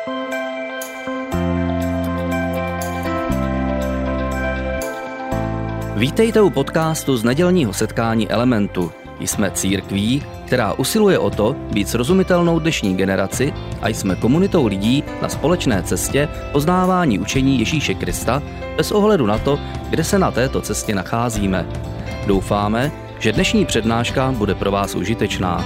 Vítejte u podcastu z nedělního setkání Elementu. Jsme církví, která usiluje o to být srozumitelnou dnešní generaci a jsme komunitou lidí na společné cestě poznávání učení Ježíše Krista bez ohledu na to, kde se na této cestě nacházíme. Doufáme, že dnešní přednáška bude pro vás užitečná.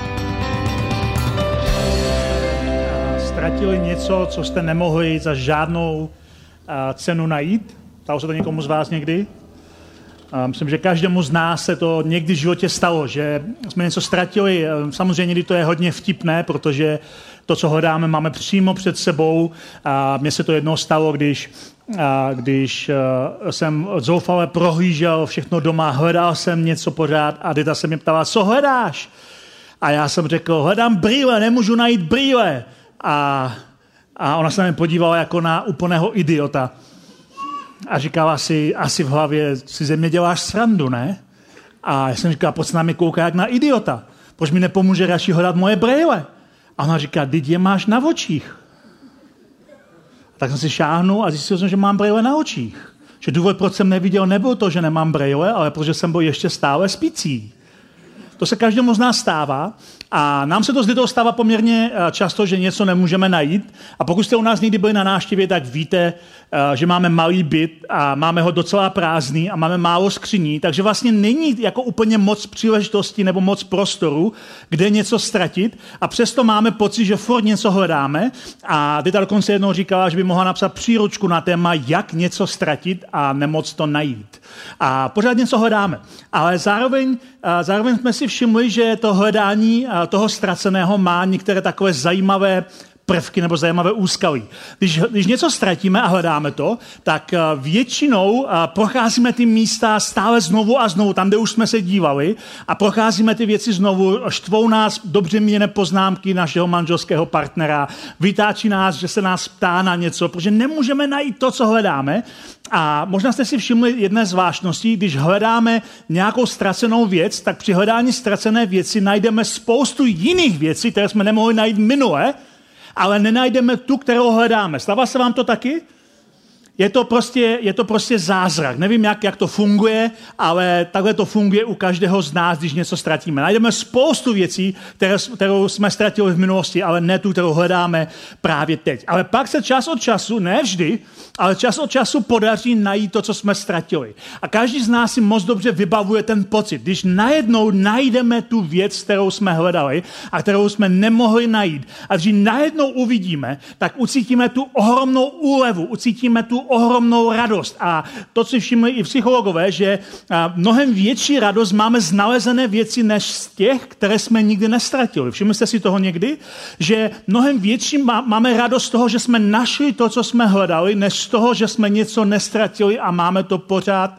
Ztratili něco, co jste nemohli za žádnou cenu najít? Stalo se to někomu z vás někdy? Myslím, že každému z nás se to někdy v životě stalo, že jsme něco ztratili. Samozřejmě někdy to je hodně vtipné, protože to, co hledáme, máme přímo před sebou. A mně se to jednou stalo, když jsem zoufale prohlížel všechno doma, hledal jsem něco pořád a Dita se mě ptala, co hledáš? A já jsem řekl, hledám brýle, nemůžu najít brýle. A ona se na mě podívala jako na úplného idiota. A říkala si, asi v hlavě, si ze mě děláš srandu, ne? A já jsem říkala, pojď s námi kouká jak na idiota. Proč mi nepomůže radši hledat moje brejle? A ona říká, teď je máš na očích. Tak jsem si šáhnul a zjistil jsem, že mám brejle na očích. Že důvod, proč jsem neviděl, nebyl to, že nemám brejle, ale protože jsem byl ještě stále spící. To se každému z nás stává a nám se to s Ditou stává poměrně často, že něco nemůžeme najít. A pokud jste u nás někdy byli na návštěvě, tak víte, že máme malý byt a máme ho docela prázdný a máme málo skříní, takže vlastně není jako úplně moc příležitostí nebo moc prostoru, kde něco ztratit a přesto máme pocit, že furt něco hledáme a Dita dokonce jednou říkala, že by mohla napsat příručku na téma, jak něco ztratit a nemoc to najít. A pořád něco hledáme, ale zároveň jsme si všimli, že to hledání toho ztraceného má některé takové zajímavé prvky nebo zajímavé úskalí. Když něco ztratíme a hledáme to, tak většinou procházíme ty místa stále znovu a znovu, tam, kde už jsme se dívali a procházíme ty věci znovu, štvou nás dobře míněné poznámky našeho manželského partnera, vytáčí nás, že se nás ptá na něco, protože nemůžeme najít to, co hledáme. A možná jste si všimli jedné zvláštnosti, když hledáme nějakou ztracenou věc, tak při hledání ztracené věci najdeme spoustu jiných věcí, které jsme nemohli najít minule, ale nenajdeme tu, kterou hledáme. Stává se vám to taky? Je to prostě zázrak. Nevím, jak to funguje, ale takhle to funguje u každého z nás, když něco ztratíme. Najdeme spoustu věcí, kterou jsme ztratili v minulosti, ale ne tu, kterou hledáme právě teď. Ale pak se čas od času, ne vždy, ale čas od času podaří najít to, co jsme ztratili. A každý z nás si moc dobře vybavuje ten pocit, když najednou najdeme tu věc, kterou jsme hledali a kterou jsme nemohli najít. A když najednou uvidíme, tak ucítíme tu ohromnou úlevu, ucítíme tu ohromnou radost. A to, co všimli i psychologové, že mnohem větší radost máme z nalezené věci, než z těch, které jsme nikdy nestratili. Všimli jste si toho někdy? Že mnohem větší máme radost z toho, že jsme našli to, co jsme hledali, než z toho, že jsme něco nestratili a máme to pořád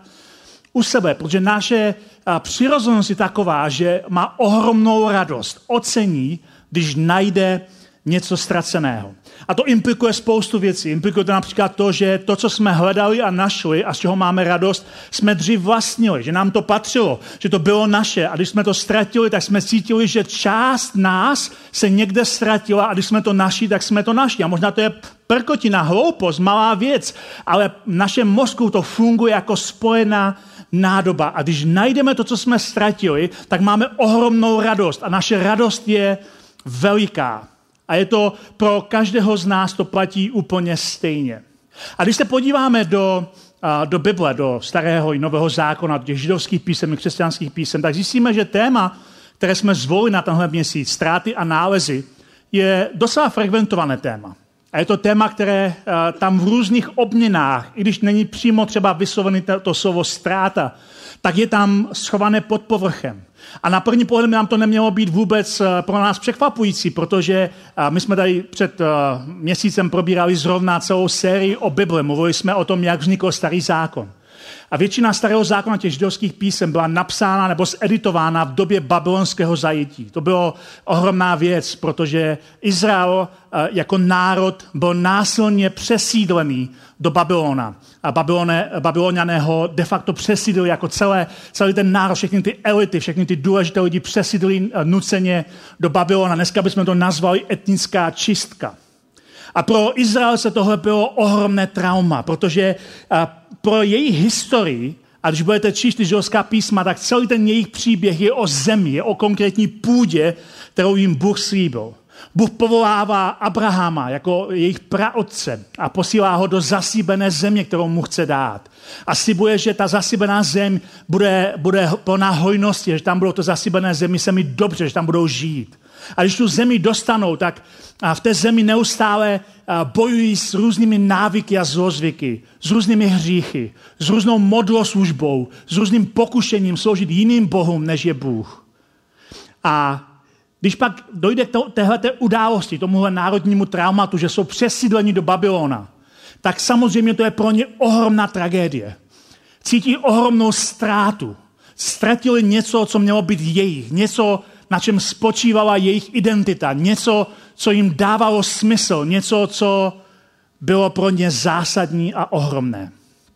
u sebe. Protože naše přirozenost je taková, že má ohromnou radost. Ocení, když najde něco ztraceného. A to implikuje spoustu věcí. Implikuje to například to, že to, co jsme hledali a našli a z čeho máme radost, jsme dřív vlastnili, že nám to patřilo, že to bylo naše. A když jsme to ztratili, tak jsme cítili, že část nás se někde ztratila a když jsme to našli, tak jsme to našli. A možná to je prkotina, hloupost, malá věc, ale v našem mozku to funguje jako spojená nádoba. A když najdeme to, co jsme ztratili, tak máme ohromnou radost. A naše radost je veliká. A je to pro každého z nás, to platí úplně stejně. A když se podíváme do Bible, do Starého i Nového zákona, do těch židovských písem i křesťanských písem, tak zjistíme, že téma, které jsme zvolili na tenhle měsíc, ztráty a nálezy, je docela frekventované téma. A je to téma, které tam v různých obměnách, i když není přímo třeba vyslovené to slovo ztráta, tak je tam schované pod povrchem. A na první pohled nám to nemělo být vůbec pro nás překvapující, protože my jsme tady před měsícem probírali zrovna celou sérii o Bibli. Mluvili jsme o tom, jak vznikl Starý zákon. A většina Starého zákona těch židovských písem byla napsána nebo zeditována v době babylonského zajetí. To bylo ohromná věc, protože Izrael jako národ byl násilně přesídlený do Babylona. A Babyloniané ho de facto přesídlili jako celý ten národ, všechny ty elity, všechny ty důležité lidi přesídlili nuceně do Babylona. Dneska bychom to nazvali etnická čistka. A pro Izraelce tohle bylo ohromné trauma, protože pro jejich historii, a když budete číst židovská písma, tak celý ten jejich příběh je o zemi, je o konkrétní půdě, kterou jim Bůh slíbil. Bůh povolává Abrahama jako jejich praotce a posílá ho do zasíbené země, kterou mu chce dát. A slibuje, že ta zasíbená zem bude plná hojnosti, že tam budou to zasíbené zemi se mít dobře, že tam budou žít. A když tu zemi dostanou, tak v té zemi neustále bojují s různými návyky a zlozvyky, s různými hříchy, s různou modloslužbou, s různým pokušením sloužit jiným bohům, než je Bůh. A když pak dojde k téhleté události, tomuhle národnímu traumatu, že jsou přesídleni do Babylona, tak samozřejmě to je pro ně ohromná tragédie. Cítí ohromnou ztrátu. Ztratili něco, co mělo být jejich, něco, na čem spočívala jejich identita, něco, co jim dávalo smysl, něco, co bylo pro ně zásadní a ohromné.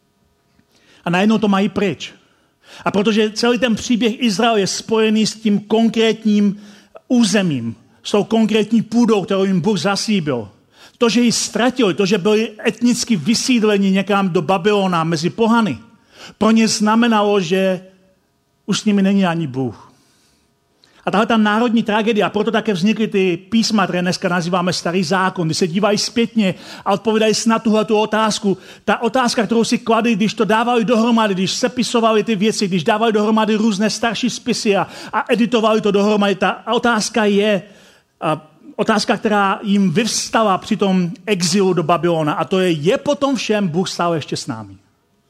A najednou to mají pryč. A protože celý ten příběh Izraele je spojený s tím konkrétním územím, s tou konkrétní půdou, kterou jim Bůh zaslíbil. To, že ji ztratili, to, že byli etnicky vysídleni někam do Babylona mezi pohany, pro ně znamenalo, že už s nimi není ani Bůh. A tahle ta národní tragédie, a proto také vznikly ty písma, které dneska nazýváme Starý zákon, kdy se dívají zpětně a odpovídají si na tuhletu otázku. Ta otázka, kterou si kladli, když to dávali dohromady, když sepisovali ty věci, když dávali dohromady různé starší spisy a editovali to dohromady, ta otázka je otázka, která jim vyvstala při tom exilu do Babylona, a to je potom všem Bůh stále ještě s námi.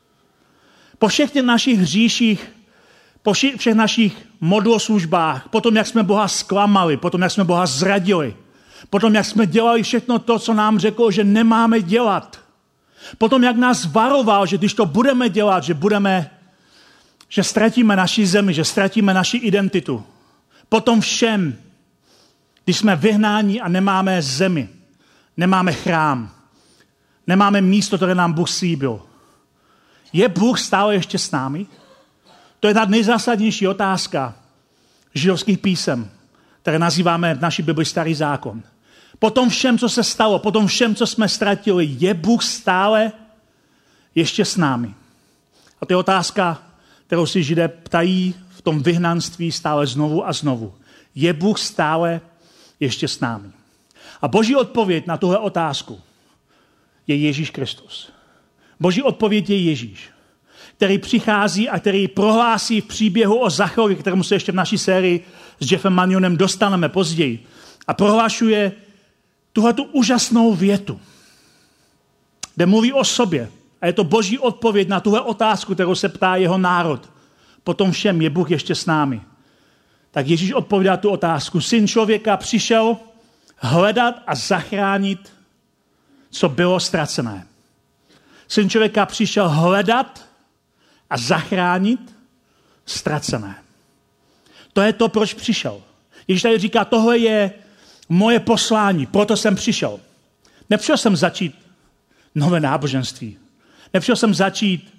Po všech těch našich hříších, po všech našich modloslužbách, potom, jak jsme Boha zklamali, potom, jak jsme Boha zradili, potom, jak jsme dělali všechno to, co nám řekl, že nemáme dělat, potom, jak nás varoval, že když to budeme dělat, že ztratíme naši zemi, že ztratíme naši identitu. Potom všem, když jsme vyhnáni a nemáme zemi, nemáme chrám, nemáme místo, které nám Bůh slíbil. Je Bůh stále ještě s námi? To je ta nejzásadnější otázka židovských písem, které nazýváme v naší Bibli Starý zákon. Po tom všem, co se stalo, po tom všem, co jsme ztratili, je Bůh stále ještě s námi? A to je otázka, kterou si Židé ptají v tom vyhnanství stále znovu a znovu. Je Bůh stále ještě s námi? A Boží odpověď na tuhle otázku je Ježíš Kristus. Boží odpověď je Ježíš, který přichází a který prohlásí v příběhu o Zacharovi, kterému se ještě v naší sérii s Jeffem Manionem dostaneme později. A prohlašuje tuhletu úžasnou větu, kde mluví o sobě. A je to Boží odpověď na tuhle otázku, kterou se ptá jeho národ. Potom všem je Bůh ještě s námi. Tak Ježíš odpovídá tu otázku. Syn člověka přišel hledat a zachránit, co bylo ztracené. Syn člověka přišel hledat a zachránit ztracené. To je to, proč přišel. Ježíš tady říká, tohle je moje poslání, proto jsem přišel. Nepřišel jsem začít nové náboženství. Nepřišel jsem začít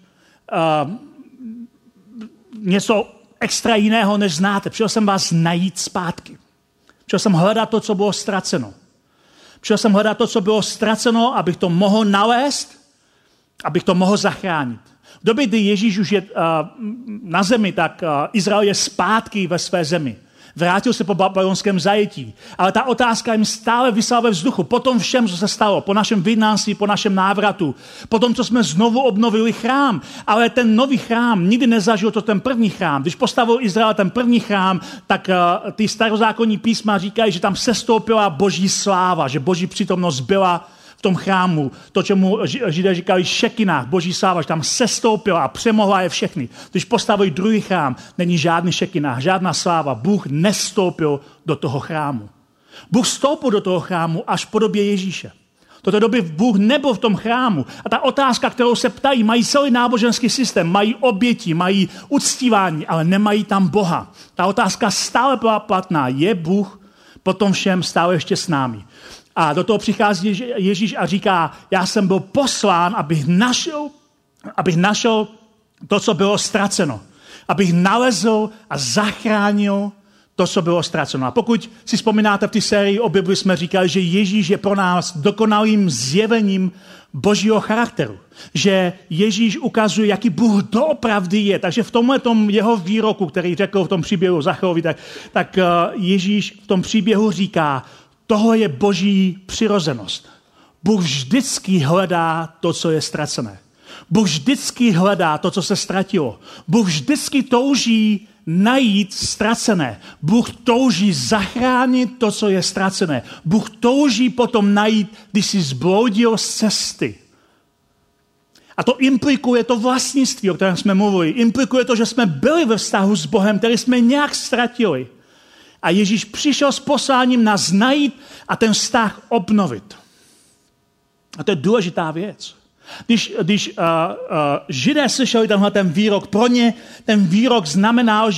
něco extra jiného, než znáte. Přišel jsem vás najít zpátky. Přišel jsem hledat to, co bylo ztraceno. Přišel jsem hledat to, co bylo ztraceno, abych to mohl nalézt, abych to mohl zachránit. V době, kdy Ježíš už je na zemi, tak Izrael je zpátky ve své zemi. Vrátil se po babylonském zajetí. Ale ta otázka jim stále visela ve vzduchu. Po tom všem, co se stalo, po našem vyhnanství, po našem návratu, po tom, co jsme znovu obnovili chrám. Ale ten nový chrám nikdy nezažil to ten první chrám. Když postavil Izrael ten první chrám, tak ty starozákonní písma říkají, že tam sestoupila Boží sláva, že Boží přítomnost byla v tom chrámu, to, čemu Židé říkali šekinách, Boží sláva, že tam sestoupila a přemohla je všechny. Když postavili druhý chrám, není žádný šekinách, žádná sláva. Bůh nestoupil do toho chrámu. Bůh vstoupil do toho chrámu až v podobě Ježíše. Do té doby Bůh nebyl v tom chrámu. A ta otázka, kterou se ptají, mají celý náboženský systém, mají oběti, mají uctívání, ale nemají tam Boha. Ta otázka stále byla platná. Je Bůh potom všem stále ještě s námi? A do toho přichází Ježíš a říká, já jsem byl poslán, abych našel to, co bylo ztraceno. Abych nalezl a zachránil to, co bylo ztraceno. A pokud si vzpomínáte v té sérii o Bibli, jsme říkali, že Ježíš je pro nás dokonalým zjevením Božího charakteru. Že Ježíš ukazuje, jaký Bůh doopravdy je. Takže v tomhletom jeho výroku, který řekl v tom příběhu Zacharovi, tak Ježíš v tom příběhu říká, tohle je Boží přirozenost. Bůh vždycky hledá to, co je ztracené. Bůh vždycky hledá to, co se ztratilo. Bůh vždycky touží najít ztracené. Bůh touží zachránit to, co je ztracené. Bůh touží potom najít, když jsi zbloudil z cesty. A to implikuje to vlastnictví, o kterém jsme mluvili. Implikuje to, že jsme byli ve vztahu s Bohem, který jsme nějak ztratili. A Ježíš přišel s posláním nás najít a ten vztah obnovit. A to je důležitá věc. Když Židé slyšeli tenhle ten výrok, pro ně ten výrok znamenal,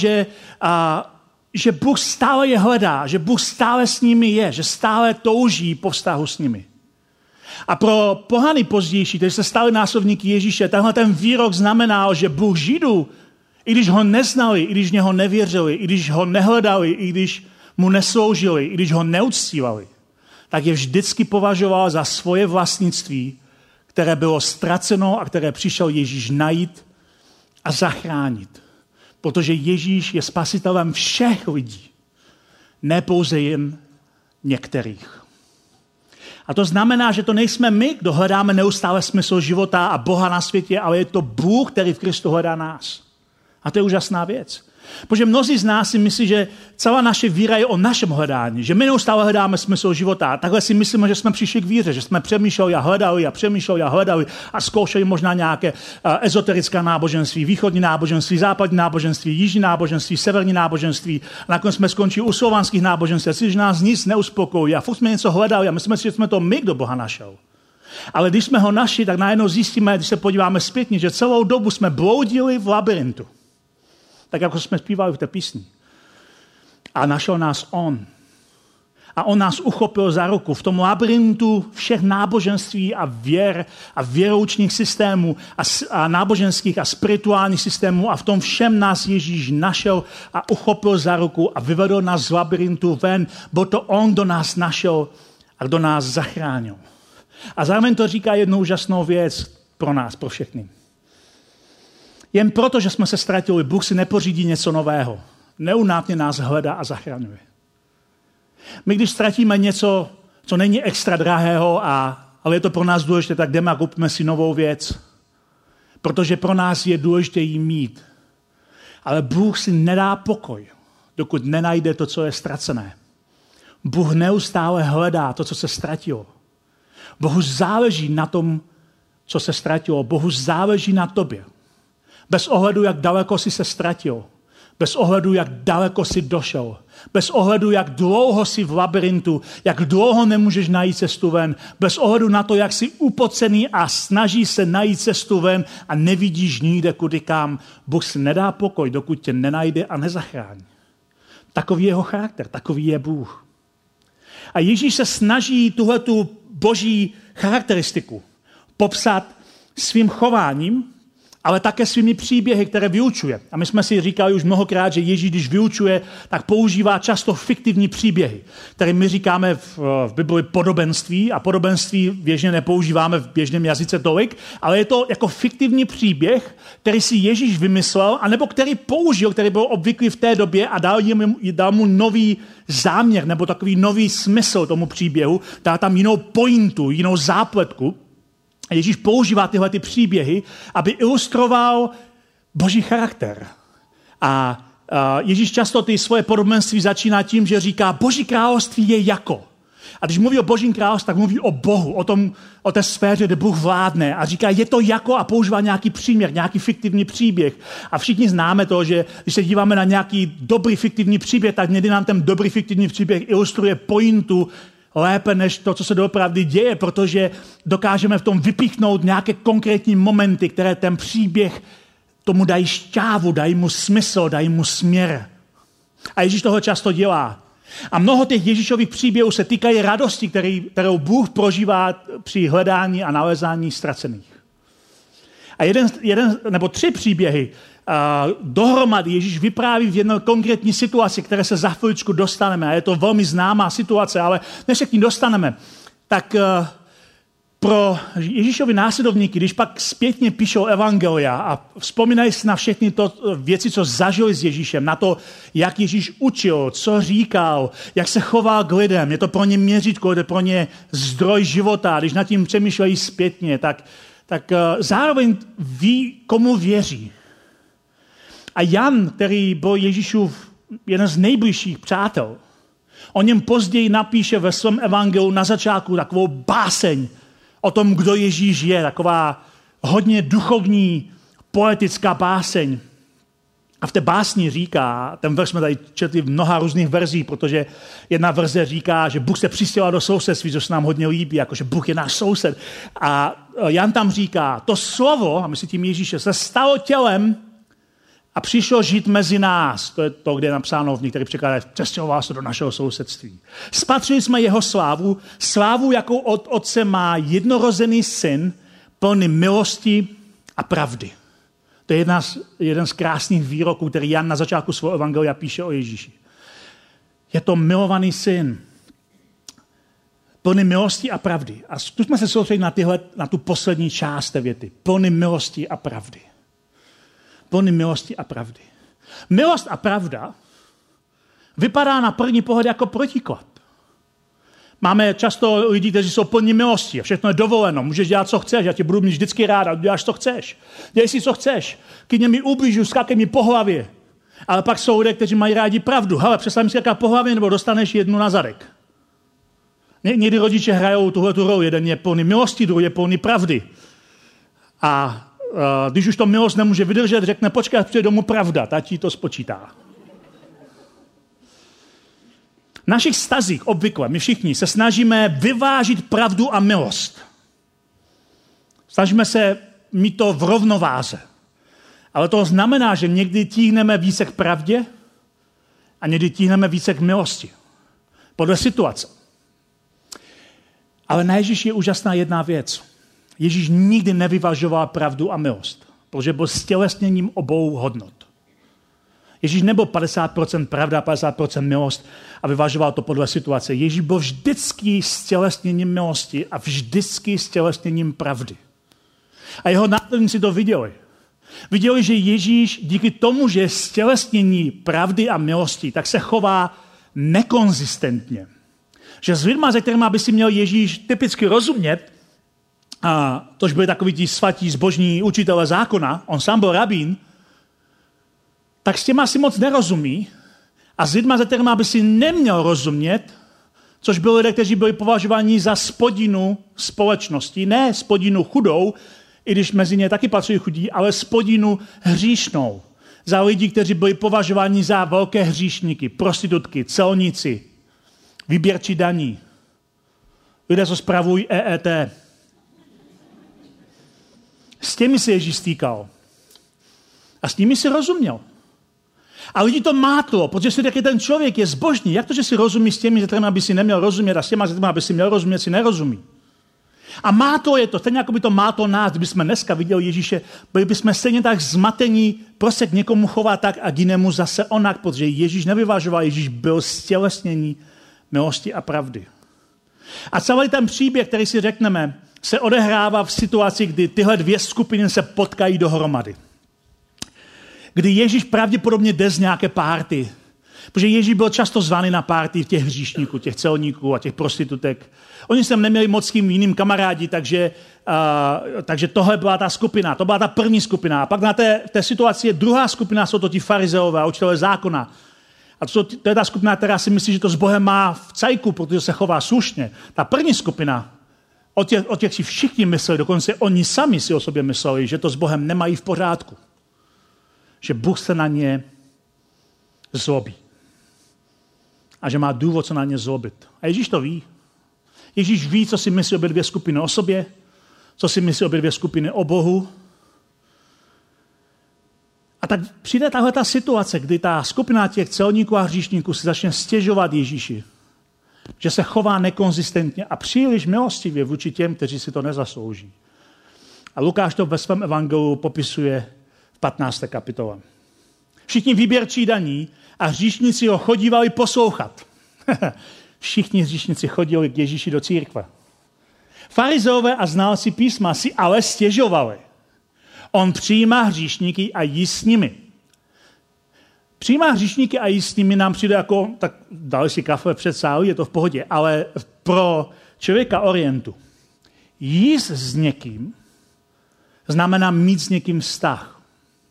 že Bůh stále je hledá, že Bůh stále s nimi je, že stále touží po vztahu s nimi. A pro pohany pozdější, kteří se stali následovníky Ježíše, tenhle ten výrok znamenal, že Bůh Židů, i když ho neznali, i když v něho nevěřili, i když ho nehledali, i když mu nesloužili, i když ho neuctívali, tak je vždycky považoval za svoje vlastnictví, které bylo ztraceno a které přišel Ježíš najít a zachránit. Protože Ježíš je spasitelem všech lidí, ne pouze jen některých. A to znamená, že to nejsme my, kdo hledáme neustále smysl života a Boha na světě, ale je to Bůh, který v Kristu hledá nás. A to je úžasná věc. Protože mnozí z nás si myslí, že celá naše víra je o našem hledání, že my neustále hledáme smysl života. A takhle si myslíme, že jsme přišli k víře, že jsme přemýšleli a hledali a zkoušeli možná nějaké ezoterická náboženství, východní náboženství, západní náboženství, jižní náboženství, severní náboženství. A nakonec jsme skončili u slovanských náboženství, že nás nic neuspokojí. A furt jsme něco hledali a myslíme si, že jsme to my, kdo Boha našel. Ale když jsme ho našli, tak najednou zjistíme, když se podíváme zpětně, že celou dobu jsme bloudili v labirintu. Tak jako jsme zpívali v té písni. A našel nás on. A on nás uchopil za ruku v tom labirintu všech náboženství a věr a věroučních systémů a náboženských a spirituálních systémů a v tom všem nás Ježíš našel a uchopil za ruku a vyvedl nás z labirintu ven. Byl to on, kdo nás našel a kdo nás zachránil. A zároveň to říká jednu úžasnou věc pro nás, pro všechny. Jen proto, že jsme se ztratili, Bůh si nepořídí něco nového. Neúnavně nás hledá a zachraňuje. My, když ztratíme něco, co není extra drahého, ale je to pro nás důležité, tak jdeme a koupíme si novou věc. Protože pro nás je důležité ji mít. Ale Bůh si nedá pokoj, dokud nenajde to, co je ztracené. Bůh neustále hledá to, co se ztratilo. Bohu záleží na tom, co se ztratilo. Bohu záleží na tobě. Bez ohledu, jak daleko jsi se ztratil. Bez ohledu, jak daleko jsi došel. Bez ohledu, jak dlouho jsi v labirintu. Jak dlouho nemůžeš najít cestu ven. Bez ohledu na to, jak jsi upocený a snaží se najít cestu ven a nevidíš nikde kudy kam. Bůh si nedá pokoj, dokud tě nenajde a nezachrání. Takový je jeho charakter, takový je Bůh. A Ježíš se snaží tuhletu boží charakteristiku popsat svým chováním, ale také svými příběhy, které vyučuje. A my jsme si říkali už mnohokrát, že Ježíš, když vyučuje, tak používá často fiktivní příběhy, které my říkáme v Bibli podobenství a podobenství běžně nepoužíváme v běžném jazyce tolik, ale je to jako fiktivní příběh, který si Ježíš vymyslel, anebo který použil, který byl obvyklý v té době a dal mu nový záměr nebo takový nový smysl tomu příběhu, dal tam jinou pointu, jinou zápletku. A Ježíš používá tyhle ty příběhy, aby ilustroval boží charakter. A Ježíš často ty svoje podobenství začíná tím, že říká, boží království je jako. A když mluví o božím království, tak mluví o Bohu, o té sféře, kde Bůh vládne. A říká, je to jako a používá nějaký příměr, nějaký fiktivní příběh. A všichni známe to, že když se díváme na nějaký dobrý fiktivní příběh, tak někdy nám ten dobrý fiktivní příběh ilustruje pointu lépe než to, co se doopravdy děje, protože dokážeme v tom vypíchnout nějaké konkrétní momenty, které ten příběh tomu dají šťávu, dají mu smysl, dají mu směr. A Ježíš toho často dělá. A mnoho těch Ježíšových příběhů se týkají radosti, kterou Bůh prožívá při hledání a nalezání ztracených. A jeden nebo 3 příběhy dohromady Ježíš vypráví v jedné konkrétní situaci, které se za chviličku dostaneme. A je to velmi známá situace, ale než se k ní dostaneme, tak pro Ježíšovi následovníky, když pak zpětně píšou evangelia a vzpomínají si na všechny to věci, co zažili s Ježíšem, na to, jak Ježíš učil, co říkal, jak se choval k lidem, je to pro ně měřítko, je to pro ně zdroj života. Když nad tím přemýšlejí zpětně, tak zároveň ví, komu věří. A Jan, který byl Ježíšův jeden z nejbližších přátel, o něm později napíše ve svém evangeliu na začátku takovou báseň o tom, kdo Ježíš je, taková hodně duchovní, poetická báseň. A v té básni říká, ten verš jsme tady četli v mnoha různých verzích, protože jedna verze říká, že Bůh se přistěhoval do sousedství, což se nám hodně líbí, jakože Bůh je náš soused. A Jan tam říká, to slovo, a myslí tím Ježíše, se stalo tělem a přišel žít mezi nás. To je to, kde je napsáno v některých překladech, přestěhoval se do našeho sousedství. Spatřili jsme jeho slávu, jakou od Otce má jednorozený syn, plný milosti a pravdy. To je jeden z krásných výroků, který Jan na začátku svého evangelia píše o Ježíši. Je to milovaný syn, plný milosti a pravdy. A zkusme se soustředit na tu poslední část té věty. Plný milosti a pravdy. Plný milosti a pravdy. Milost a pravda vypadá na první pohled jako protiklad. Máme často lidi, kteří jsou plní milosti a všechno je dovoleno. Můžeš dělat, co chceš, já tě budu mít vždycky rád a děláš, co chceš. Dělej si, co chceš. Klidně mi ublížuj, skákej mi po hlavě. Ale pak jsou lidé, kteří mají rádi pravdu. Hele, přestaň mi skákat po hlavě, nebo dostaneš jednu na zadek. Někdy rodiče hrajou tuhletu roli. Jeden je plný milosti, druhý je plný pravdy. A když už to milost nemůže vydržet, řekne, počkej, přijde domů pravda, tati to spočítá. V našich vztazích obvykle, my všichni, se snažíme vyvážit pravdu a milost. Snažíme se mít to v rovnováze. Ale to znamená, že někdy tíhneme více k pravdě a někdy tíhneme více k milosti. Podle situace. Ale na Ježíši je úžasná jedna věc. Ježíš nikdy nevyvažoval pravdu a milost, protože byl stělesněním obou hodnot. Ježíš nebyl 50% pravda a 50% milost a vyvažoval to podle situace. Ježíš byl vždycky stělesněním milosti a vždycky stělesněním pravdy. A jeho následníci to viděli. Viděli, že Ježíš díky tomu, že je stělesnění pravdy a milosti, tak se chová nekonzistentně. Že s lidma, se kterými by si měl Ježíš typicky rozumět, a tož byli takoví ti svatí zbožní učitelé zákona, on sám byl rabín, tak s těma si moc nerozumí a s lidma, se kterými by si neměl rozumět, což byli lidé, kteří byli považováni za spodinu společnosti, ne spodinu chudou, i když mezi ně taky patří chudí, ale spodinu hříšnou. Za lidi, kteří byli považováni za velké hříšníky, prostitutky, celníci, výběrčí daní, lidé, co spravují EET. S těmi se Ježíš stýkal. A s nimi si rozuměl. A lidi to mátlo, protože si řekli, ten člověk je zbožný. Jak to, že si rozumí s těmi, se kterými by si neměl rozumět a s těmi, se kterými by si měl rozumět, si nerozumí. A mátlo je to, stejně jako by to mátlo nás, kdybychom dneska viděli Ježíše, byli bychom stejně tak zmatení, prostě k někomu chová tak a k jinému zase onak, protože Ježíš nevyvažoval, Ježíš byl stělesnění milosti a pravdy. A celý ten příběh, který si řekneme, se odehrává v situaci, kdy tyhle dvě skupiny se potkají dohromady. Kdy Ježíš pravděpodobně jde z nějaké párty. Protože Ježíš byl často zvaný na párty těch hříšníků, těch celníků a těch prostitutek. Oni sem neměli moc s kým jiným kamarádi, takže tohle byla ta skupina, to byla ta první skupina. A pak na té situaci je druhá skupina, jsou to ti farizeové a učitelé zákona. A to je ta skupina, která si myslí, že to s Bohem má v cajku, protože se chová slušně. Ta první skupina, o těch si všichni mysleli, dokonce oni sami si o sobě mysleli, že to s Bohem nemají v pořádku. Že Bůh se na ně zlobí. A že má důvod se na ně zlobit. A Ježíš to ví. Ježíš ví, co si myslí obě dvě skupiny o sobě, co si myslí obě dvě skupiny o Bohu. A tak přijde tahle ta situace, kdy ta skupina těch celníků a hříšníků si začne stěžovat Ježíši, že se chová nekonzistentně a příliš milostivě vůči těm, kteří si to nezaslouží. A Lukáš to ve svém evangeliu popisuje v 15. kapitole. Všichni výběrčí daní a hříšníci ho chodívali poslouchat. Všichni hříšníci chodili k Ježíši do církve. Farizeové a znalci písma si ale stěžovali. On přijímá hříšníky a jí s nimi. Přijímá hříšníky a jí s nimi nám přijde jako, tak dali si kafe před sálí, je to v pohodě, ale pro člověka orientu. Jíst s někým znamená mít s někým vztah.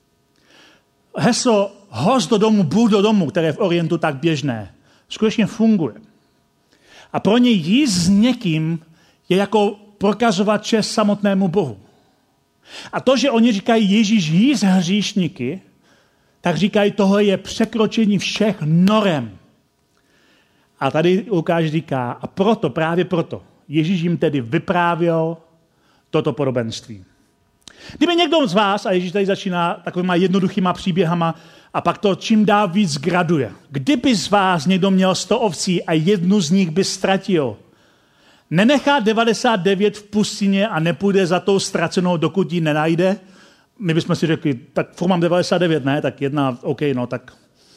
Heslo host do domu, Bůh do domu, které je v orientu tak běžné, skutečně funguje. A pro ně jíst s někým je jako prokazovat čest samotnému Bohu. A to, že oni říkají Ježíš jí s hříšníky, tak říkají, tohle je překročení všech norem. A tady Lukáš říká, a proto, právě proto, Ježíš jim tedy vyprávěl toto podobenství. Kdyby někdo z vás, a Ježíš tady začíná takovýma jednoduchýma příběhama, a pak to čím dál víc graduje. Kdyby z vás někdo měl 100 ovcí a jednu z nich by ztratil, nenechá 99 v pustině a nepůjde za tou ztracenou, dokud ji nenajde? My bychom si řekli, tak furt mám 99, ne? Tak jedna, OK, no, tak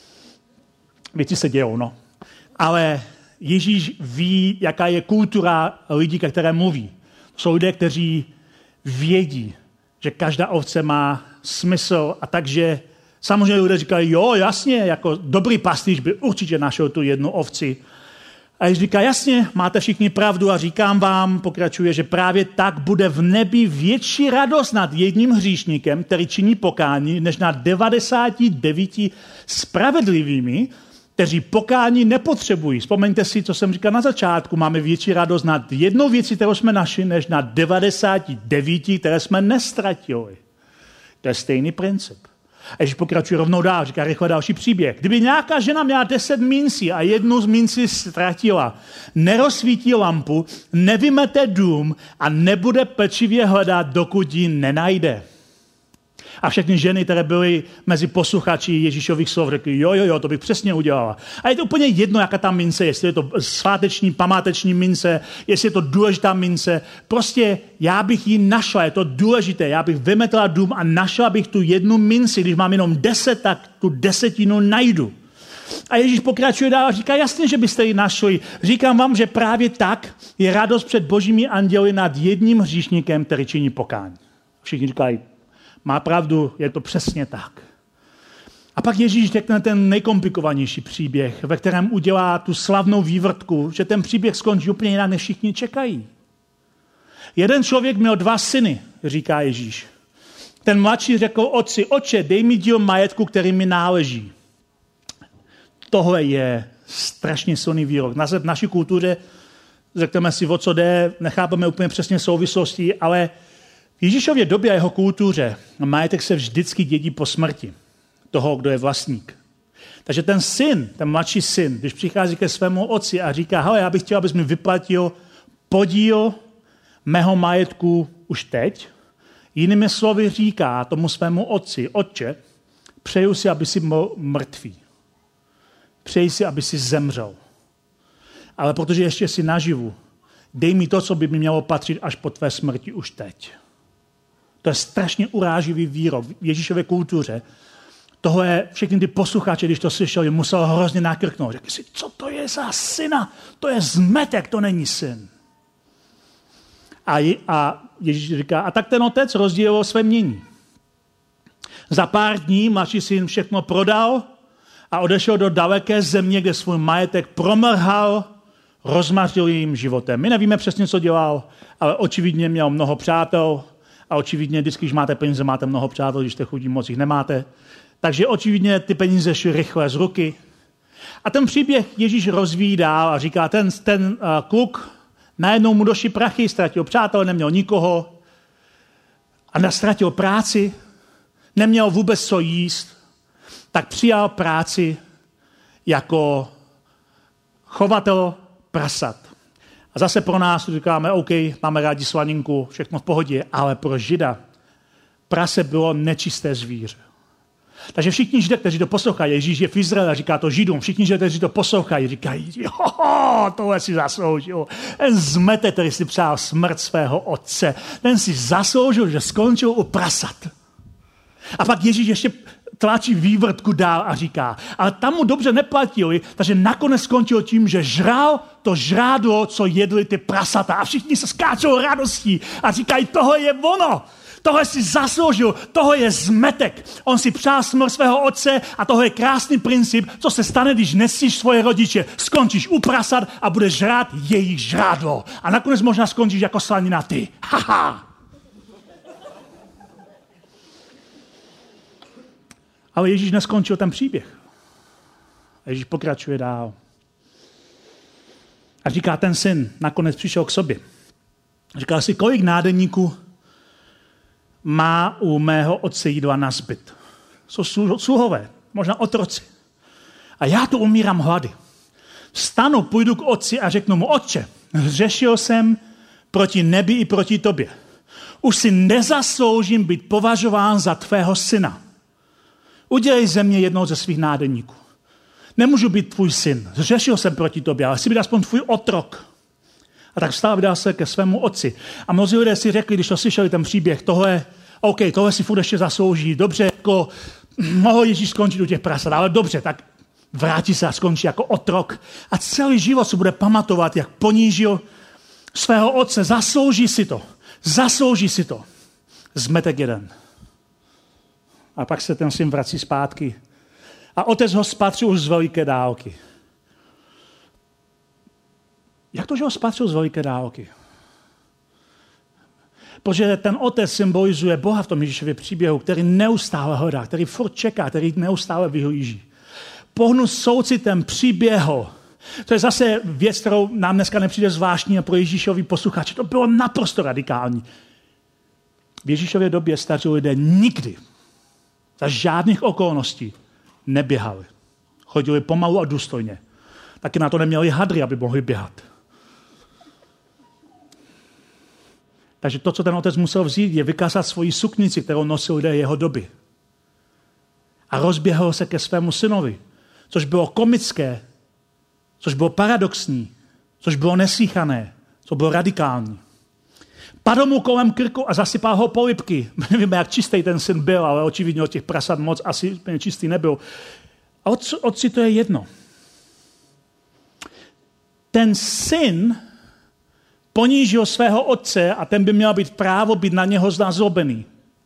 věci se dějou, no. Ale Ježíš ví, jaká je kultura lidí, ke které mluví. Jsou lidé, kteří vědí, že každá ovce má smysl a takže samozřejmě lidé říkají, jo, jasně, jako dobrý pastýř by určitě našel tu jednu ovci. A Ježíš říká, jasně, máte všichni pravdu a říkám vám, pokračuje, že právě tak bude v nebi větší radost nad jedním hříšníkem, který činí pokání, než nad 99 spravedlivými, kteří pokání nepotřebují. Vzpomeňte si, co jsem říkal na začátku, máme větší radost nad jednou věcí, kterou jsme našli, než nad 99, které jsme nestratili. To je stejný princip. A Ježíš pokračuje rovnou dál, říká rychle další příběh. Kdyby nějaká žena měla 10 mincí a jednu z mincí ztratila, nerozsvítí lampu, nevymete dům a nebude pečlivě hledat, dokud ji nenajde. A všechny ženy, které byly mezi posluchači Ježíšových slov, řekly, jo, to bych přesně udělala. A je to úplně jedno, jaká ta mince, jestli je to sváteční, památeční mince, jestli je to důležitá mince. Prostě já bych ji našla, je to důležité. Já bych vymetla dům a našla bych tu jednu minci. Když mám jenom 10, tak tu 10 najdu. A Ježíš pokračuje dál a říká, jasně, že byste ji našli. Říkám vám, že právě tak je radost před božími anděli nad jedním hříšníkem, který činí pokání. Všichni říkají, má pravdu, je to přesně tak. A pak Ježíš řekne ten nejkomplikovanější příběh, ve kterém udělá tu slavnou vývrtku, že ten příběh skončí úplně jinak, než všichni čekají. Jeden člověk měl 2 syny, říká Ježíš. Ten mladší řekl otci, otče, dej mi díl majetku, který mi náleží. Tohle je strašně silný výrok. V naší kultuře, řekneme si, o co jde, nechápeme úplně přesně souvislosti, ale v Ježíšově době a jeho kultuře majetek se vždycky dědí po smrti toho, kdo je vlastník. Takže ten syn, ten mladší syn, když přichází ke svému otci a říká, hele, já bych chtěl, abys mi vyplatil podíl mého majetku už teď, jinými slovy říká tomu svému otci, otče, přeju si, aby si byl mrtvý. Přeji si, aby si zemřel. Ale protože ještě jsi naživu, dej mi to, co by mi mělo patřit až po tvé smrti už teď. To je strašně uráživý výrok v Ježíšově kultuře. Tohle všechny ty posluchači, když to slyšeli, musel hrozně nakrknout. Řekli si, co to je za syna? To je zmetek, to není syn. A Ježíš říká, a tak ten otec rozdělil své mění. Za pár dní mladší syn všechno prodal a odešel do daleké země, kde svůj majetek promrhal rozmařilým životem. My nevíme přesně, co dělal, ale očividně měl mnoho přátel a očividně vždycky, když máte peníze, máte mnoho přátel, když jste chudí, moc jich nemáte. Takže očividně ty peníze šly rychle z ruky. A ten příběh Ježíš rozvíjí dál a říká, ten kluk najednou mu došly prachy, ztratil přátel, neměl nikoho a ztratil práci, neměl vůbec co jíst, tak přijal práci jako chovatel prasat. A zase pro nás říkáme, OK, máme rádi slaninku, všechno v pohodě, ale pro Žida prase bylo nečisté zvíře. Takže všichni Židé, kteří to poslouchají, Ježíš je v Izraeli a říká to Židům, všichni Židé, kteří to poslouchají, říkají, tohle si zasloužil. Ten zmetek, který si přál smrt svého otce, ten si zasloužil, že skončil u prasat. A pak Ježíš ještě tlačí vývrtku dál a říká, ale tam mu dobře neplatili, takže nakonec skončil tím, že žral to žrádlo, co jedli ty prasata. A všichni se skáčou radostí a říkají, tohle je ono. Tohle si zasloužil, tohle je zmetek. On si přál smrt svého otce a tohle je krásný princip, co se stane, když nesíš svoje rodiče. Skončíš u prasat a budeš žrát jejich žrádlo. A nakonec možná skončíš jako slanina ty. Haha. Ale Ježíš neskončil ten příběh. Ježíš pokračuje dál. A říká, ten syn nakonec přišel k sobě. Říkal si, kolik nádeníků má u mého otce jídla nazbyt. Jsou sluhové, možná otroci. A já tu umírám hlady. Vstanu, půjdu k otci a řeknu mu, otče, hřešil jsem proti nebi i proti tobě. Už si nezasloužím být považován za tvého syna. Udělej ze mě jednoho ze svých nádeníků. Nemůžu být tvůj syn. Zřešil jsem proti tobě, ale chci být aspoň tvůj otrok. A tak vstal a vydal se ke svému otci. A mnozí lidé si řekli, když to slyšeli ten příběh, tohle si furt ještě zaslouží. Dobře, jako mohl Ježíš skončit u těch prasat, ale dobře, tak vrátí se a skončí jako otrok. A celý život se bude pamatovat, jak ponížil svého otce. Zaslouží si to. Zaslouží si to. Zmetek jeden. A pak se ten syn vrací zpátky. A otec ho spatřil už z veliké dálky. Jak to, že ho spatřil z veliké dálky? Protože ten otec symbolizuje Boha v tom Ježíšově příběhu, který neustále hledá, který furt čeká, který neustále vyhlíží. Pohnu soucitem příběhu. To je zase věc, kterou nám dneska nepřijde zvláštní a pro Ježíšovi posluchače. To bylo naprosto radikální. V Ježíšově době staří lidé nikdy za žádných okolností neběhali. Chodili pomalu a důstojně. Taky na to neměli hadry, aby mohli běhat. Takže to, co ten otec musel vzít, je vykázat svoji suknici, kterou nosil lidé jeho doby. A rozběhl se ke svému synovi, což bylo komické, což bylo paradoxní, což bylo neslýchané, co bylo radikální. Padl mu kolem krku a zasypal ho polibky. Nevíme, jak čistý ten syn byl, ale očividně od těch prasat moc asi čistý nebyl. A otci to je jedno. Ten syn ponížil svého otce a ten by měl být právo být na něho nazlobený.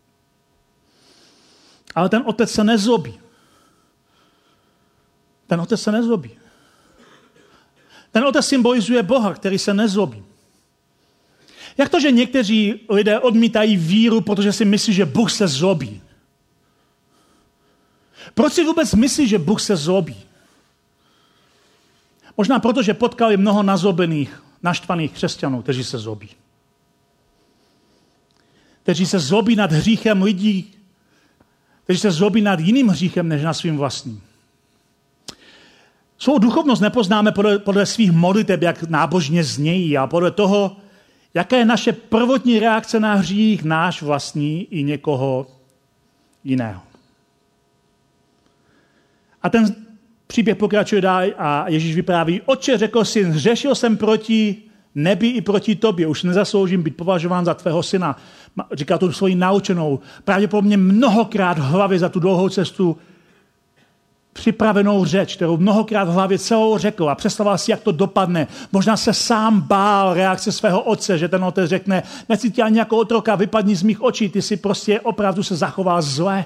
Ale ten otec se nezlobí. Ten otec se nezlobí. Ten otec symbolizuje Boha, který se nezlobí. Jak to, že někteří lidé odmítají víru, protože si myslí, že Bůh se zlobí? Proč si vůbec myslí, že Bůh se zlobí? Možná proto, že potkali mnoho nazlobených, naštvaných křesťanů, kteří se zlobí. Kteří se zlobí nad hříchem lidí, kteří se zlobí nad jiným hříchem, než nad svým vlastním. Svou duchovnost nepoznáme podle svých modliteb, jak nábožně znějí, a podle toho, jaká je naše prvotní reakce na hřích, náš vlastní i někoho jiného. A ten příběh pokračuje dál a Ježíš vypráví, otče, řekl syn, hřešil jsem proti nebi i proti tobě, už nezasloužím být považován za tvého syna. Říká tu svoji naučenou, pravděpodobně mnohokrát v hlavě za tu dlouhou cestu připravenou řeč, kterou mnohokrát v hlavě celou řekl a představoval si, jak to dopadne. Možná se sám bál reakce svého otce, že ten otec řekne, nechci tě ani jako otroka, vypadni z mých očí, ty si prostě opravdu se zachoval zle.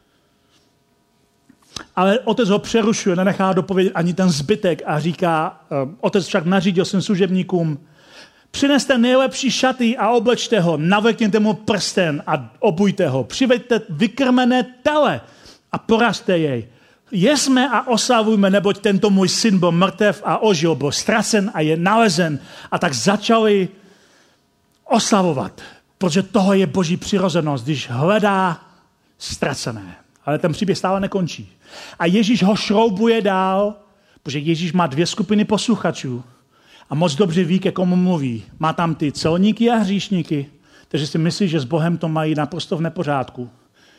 Ale otec ho přerušuje, nenechá dopovědět ani ten zbytek a říká, otec však nařídil svým služebníkům, přineste nejlepší šaty a oblečte ho, navlekněte mu prsten a obujte ho, přiveďte vykrmené tele a porazte jej. Jesme a oslavujme, neboť tento můj syn byl mrtev a ožil, byl ztracen a je nalezen. A tak začali oslavovat, protože toho je boží přirozenost, když hledá ztracené. Ale ten příběh stále nekončí. A Ježíš ho šroubuje dál, protože Ježíš má dvě skupiny posluchačů a moc dobře ví, ke komu mluví. Má tam ty celníky a hříšníky, kteří si myslí, že s Bohem to mají naprosto v nepořádku.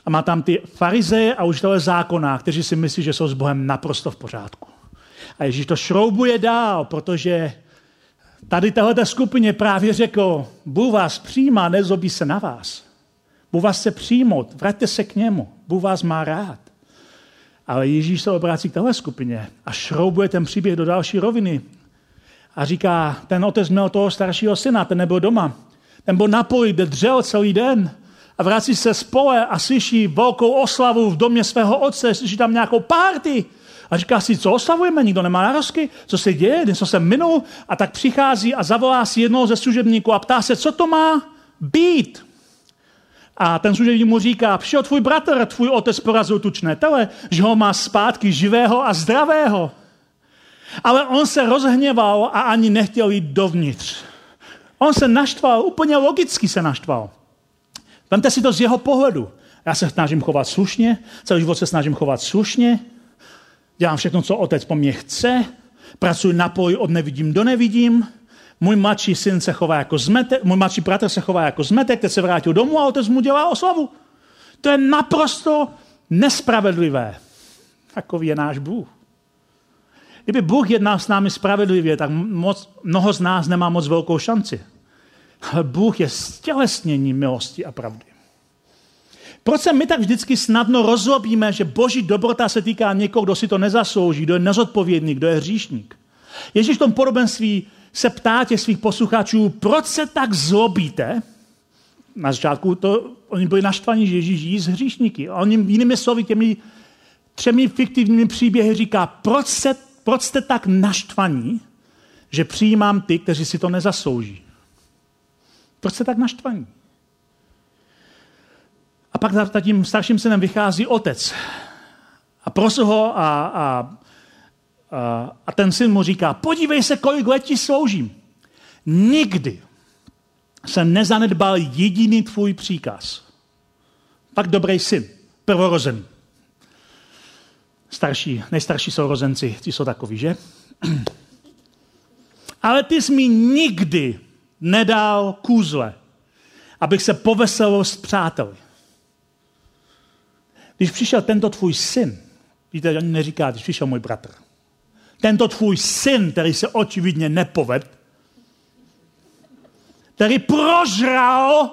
A má tam ty farizeje a učitele zákona, kteří si myslí, že jsou s Bohem naprosto v pořádku. A Ježíš to šroubuje dál, protože tady téhleté skupině právě řekl, Bůh vás přijímá, nezlobí se na vás. Bůh vás chce přijmout, vraťte se k němu, Bůh vás má rád. Ale Ježíš se obrácí k téhle skupině a šroubuje ten příběh do další roviny. A říká, ten otec měl toho staršího syna, ten nebyl doma. Ten byl na poli, kde dřel celý den a vrací se z pole a slyší velkou oslavu v domě svého otce, slyší tam nějakou party. A říká si, co oslavujeme, nikdo nemá narozky, co se děje, něco jsem minul. A tak přichází a zavolá si jednoho ze služebníků a ptá se, co to má být. A ten služebník mu říká, přišel tvůj bratr, tvůj otec porazil tučné tele, že ho má zpátky živého a zdravého. Ale on se rozhněval a ani nechtěl jít dovnitř. On se naštval, úplně logicky se naštval. Vemte si to z jeho pohledu. Já se snažím chovat slušně, celý život se snažím chovat slušně, dělám všechno, co otec po mně chce, pracuji na poli od nevidím do nevidím, můj mladší syn se chová jako zmetek, můj mladší bratr se chová jako zmetek, teď se vrátil domů a otec mu dělá oslavu. To je naprosto nespravedlivé. Takový je náš Bůh. Kdyby Bůh jednal s námi spravedlivě, tak mnoho z nás nemá moc velkou šanci. Ale Bůh je stělesnění milosti a pravdy. Proč se my tak vždycky snadno rozlobíme, že Boží dobrota se týká někoho, kdo si to nezaslouží, kdo je nezodpovědný, kdo je hříšník? Ježíš v tom podobenství se ptá těch svých posluchačů, proč se tak zlobíte? Na začátku oni byli naštvaní, že Ježíš jí s hříšníky. A on jim jinými slovy těmi 3 fiktivními příběhy říká, proč jste tak naštvaní, že přijímám ty, kteří si to nezaslouží? Proč jste tak naštvaní? A pak za tím starším synem vychází otec. A prosí ho a ten syn mu říká, podívej se, kolik let ti sloužím. Nikdy jsem nezanedbal jediný tvůj příkaz. Pak dobrý syn, prvorozený. Nejstarší sourozenci, ti jsou takoví, že? Ale ty jsi mi nikdy nedal kůzle, abych se poveselil s přáteli. Když přišel tento tvůj syn, víte, on neříká, když přišel můj bratr, tento tvůj syn, který se očividně nepovedl, který prožral,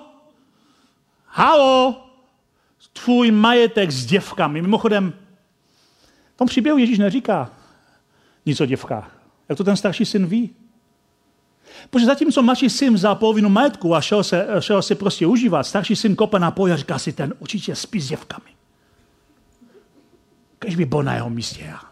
tvůj majetek s děvkami. Mimochodem, v tom příběhu Ježíš neříká nic o děvkách. Jak to ten starší syn ví? Protože zatímco mladší syn vzal polovinu majetku a šel se prostě užívat, starší syn kope na poli a říká si, ten určitě spí s děvkami. Kež by byl na jeho místě já.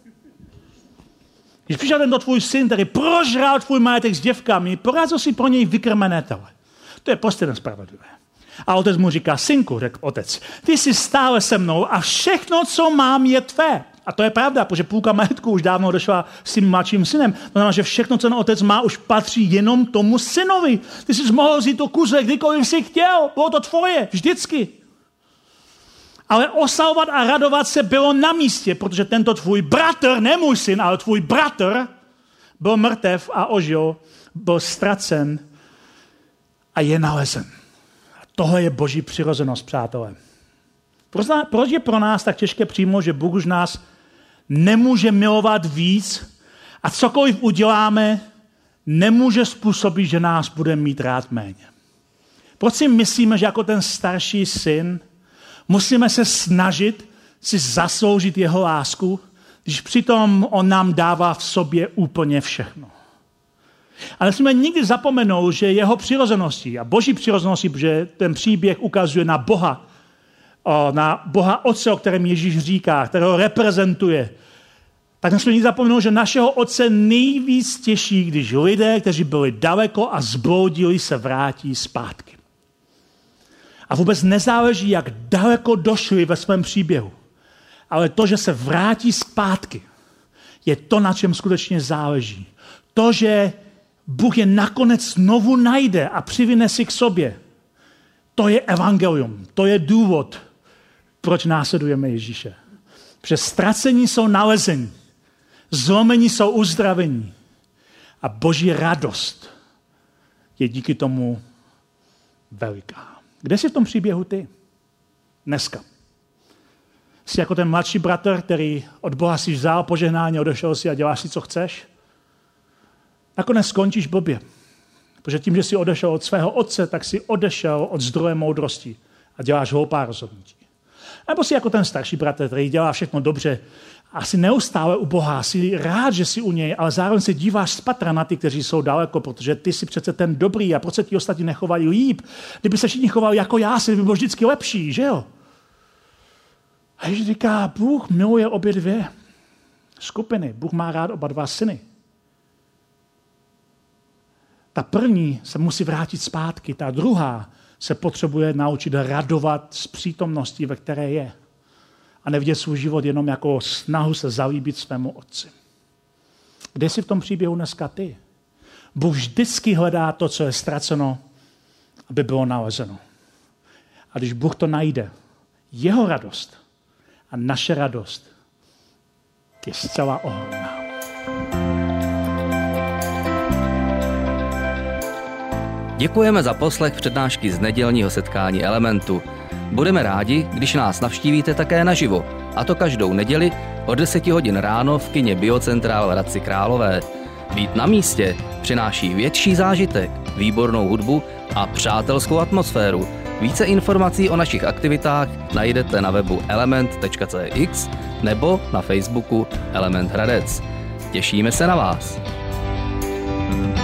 Když přišel tento tvůj syn, který prožral tvůj majetek s děvkami, porazil si pro něj vykrmené tele. To je prostě nespravedlivé. A otec mu říká, synku, řekl otec, ty jsi stále se mnou a všechno, co mám, je tvé. A to je pravda, protože půlka majetku už dávno odešla s tím mladším synem. To znamená, že všechno, co ten otec má, už patří jenom tomu synovi. Ty jsi mohl vzít to kůzle, kdykoliv jsi chtěl. Bylo to tvoje, vždycky. Ale oslavovat a radovat se bylo na místě, protože tento tvůj bratr, ne můj syn, ale tvůj bratr, byl mrtev a ožil, byl ztracen a je nalezen. A tohle je Boží přirozenost, přátelé. Proč je pro nás tak těžké přijmout, že Bůh už nás nemůže milovat víc a cokoliv uděláme, nemůže způsobit, že nás bude mít rád méně? Proč si myslíme, že jako ten starší syn musíme se snažit si zasloužit jeho lásku, když přitom on nám dává v sobě úplně všechno? Ale nesmíme nikdy zapomenout, že jeho přirozeností a Boží přirozeností, protože ten příběh ukazuje na Boha Otce, o kterém Ježíš říká, kterého reprezentuje, tak nesmíme nikdy zapomenout, že našeho Otce nejvíc těší, když lidé, kteří byli daleko a zbloudili, se vrátí zpátky. A vůbec nezáleží, jak daleko došli ve svém příběhu. Ale to, že se vrátí zpátky, je to, na čem skutečně záleží. To, že Bůh je nakonec znovu najde a přivine si k sobě. To je evangelium. To je důvod, proč následujeme Ježíše. Protože ztracení jsou nalezení. Zlomení jsou uzdravení. A Boží radost je díky tomu veliká. Kde jsi v tom příběhu ty? Dneska. Jsi jako ten mladší bratr, který od Boha si vzal požehnání, odešel si a děláš si, co chceš. Nakonec skončíš blbě. Protože tím, že jsi odešel od svého otce, tak jsi odešel od zdroje moudrosti a děláš hloupá rozhodnutí. Nebo jsi jako ten starší bratr, který dělá všechno dobře a jsi neustále u Boha, jsi rád, že jsi u něj, ale zároveň se díváš spatra na ty, kteří jsou daleko, protože ty jsi přece ten dobrý a proč se ti ostatní nechovají líp? Kdyby se všichni chovali jako já, si by byl vždycky lepší, že jo? A Ježíš říká, Bůh miluje obě dvě skupiny. Bůh má rád oba dva syny. Ta první se musí vrátit zpátky, ta druhá se potřebuje naučit radovat z přítomnosti, ve které je. A nevidět svůj život jenom jako snahu se zalíbit svému otci. Kde jsi v tom příběhu dneska ty? Bůh vždycky hledá to, co je ztraceno, aby bylo nalezeno. A když Bůh to najde, jeho radost a naše radost je zcela ohromná. Děkujeme za poslech přednášky z nedělního setkání Elementu. Budeme rádi, když nás navštívíte také naživo, a to každou neděli od 10 hodin ráno v kině Biocentrál v Hradci Králové. Být na místě přináší větší zážitek, výbornou hudbu a přátelskou atmosféru. Více informací o našich aktivitách najdete na webu element.cx nebo na Facebooku Element Hradec. Těšíme se na vás.